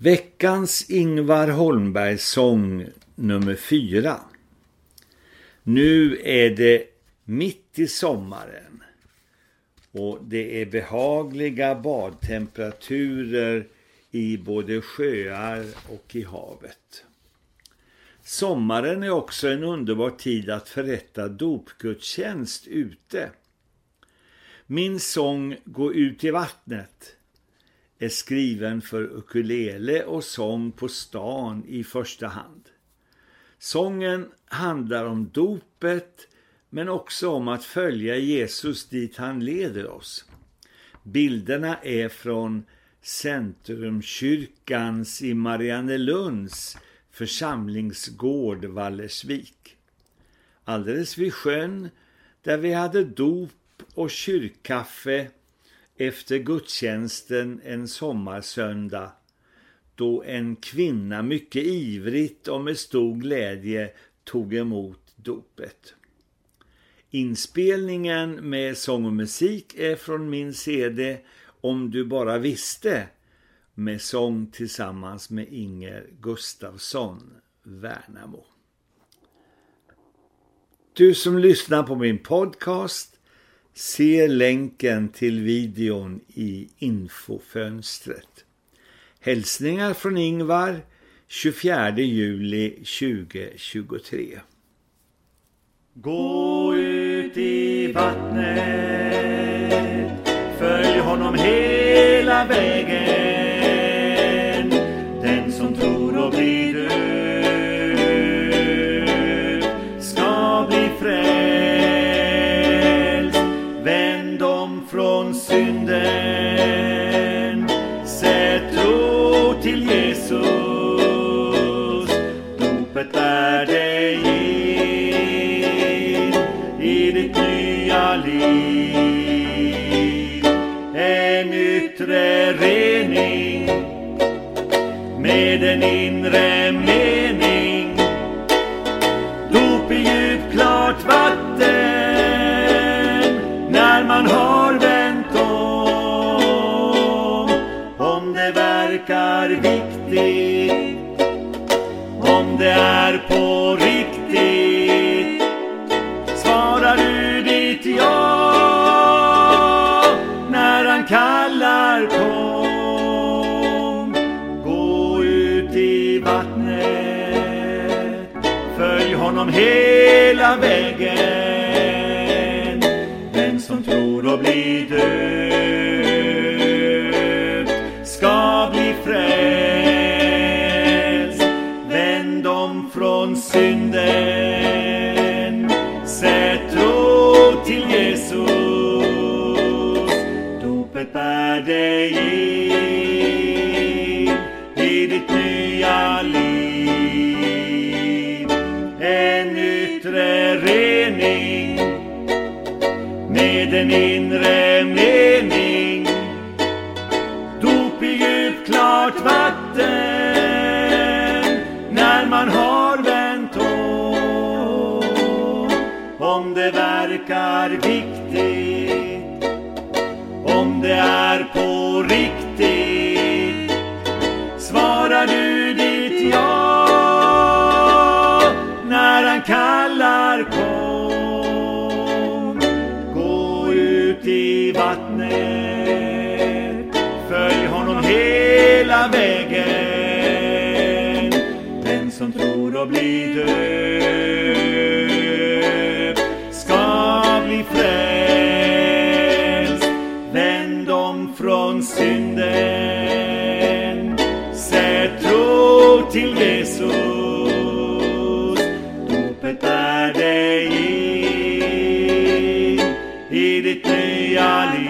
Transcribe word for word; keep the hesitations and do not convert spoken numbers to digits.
Veckans Ingvar Holmbergs sång nummer fyra. Nu är det mitt i sommaren och det är behagliga badtemperaturer i både sjöar och i havet. Sommaren är också en underbar tid att förrätta dopgudstjänst ute. Min sång Gå ut i vattnet är skriven för ukulele och sång på stan i första hand. Sången handlar om dopet men också om att följa Jesus dit han leder oss. Bilderna är från Centrumkyrkans i Mariannelunds församlingsgård Vallersvik. Alldeles vid sjön där vi hade dop och kyrkkaffe efter gudstjänsten en sommarsöndag, då en kvinna mycket ivrigt och med stor glädje tog emot dopet. Inspelningen med sång och musik är från min C D Om du bara visste, med sång tillsammans med Inger Gustafsson, Värnamo. Du som lyssnar på min podcast ser länken till videon i infofönstret. Hälsningar från Ingvar, tjugofjärde juli tjugohundratjugotre. Gå ut i vattnet, följ honom hela vägen. Den som tror och blir död ska bli frälst. Vänd om från synden, sätt tro till Jesus. Dopet är dig in i ditt nya liv. En yttre rening med en inre mening. Dop i djupt klart vatten när man har vänt om. Om det verkar viktigt, om det är på riktigt, svarar du ditt ja när han kallar kom. Gå ut i vattnet, följ honom hela vägen. Den som tror och blir döpt ska bli frälst. Vänd om från synden, sätt tro till Jesus. Dopet bär dig in i ditt nya liv. En yttre rening med en inre mening. Dop i djupt klart vatten när man har vänt om. Om det verkar viktigt, om det är på riktigt, svarar du ditt ja när han kallar kom. Gå ut i vattnet, följ honom hela vägen. Den som tror och blir döpt ska bli frälst. Vänd om från synden, sätt tro till Jesus. Dopet är dig in i ditt nya liv.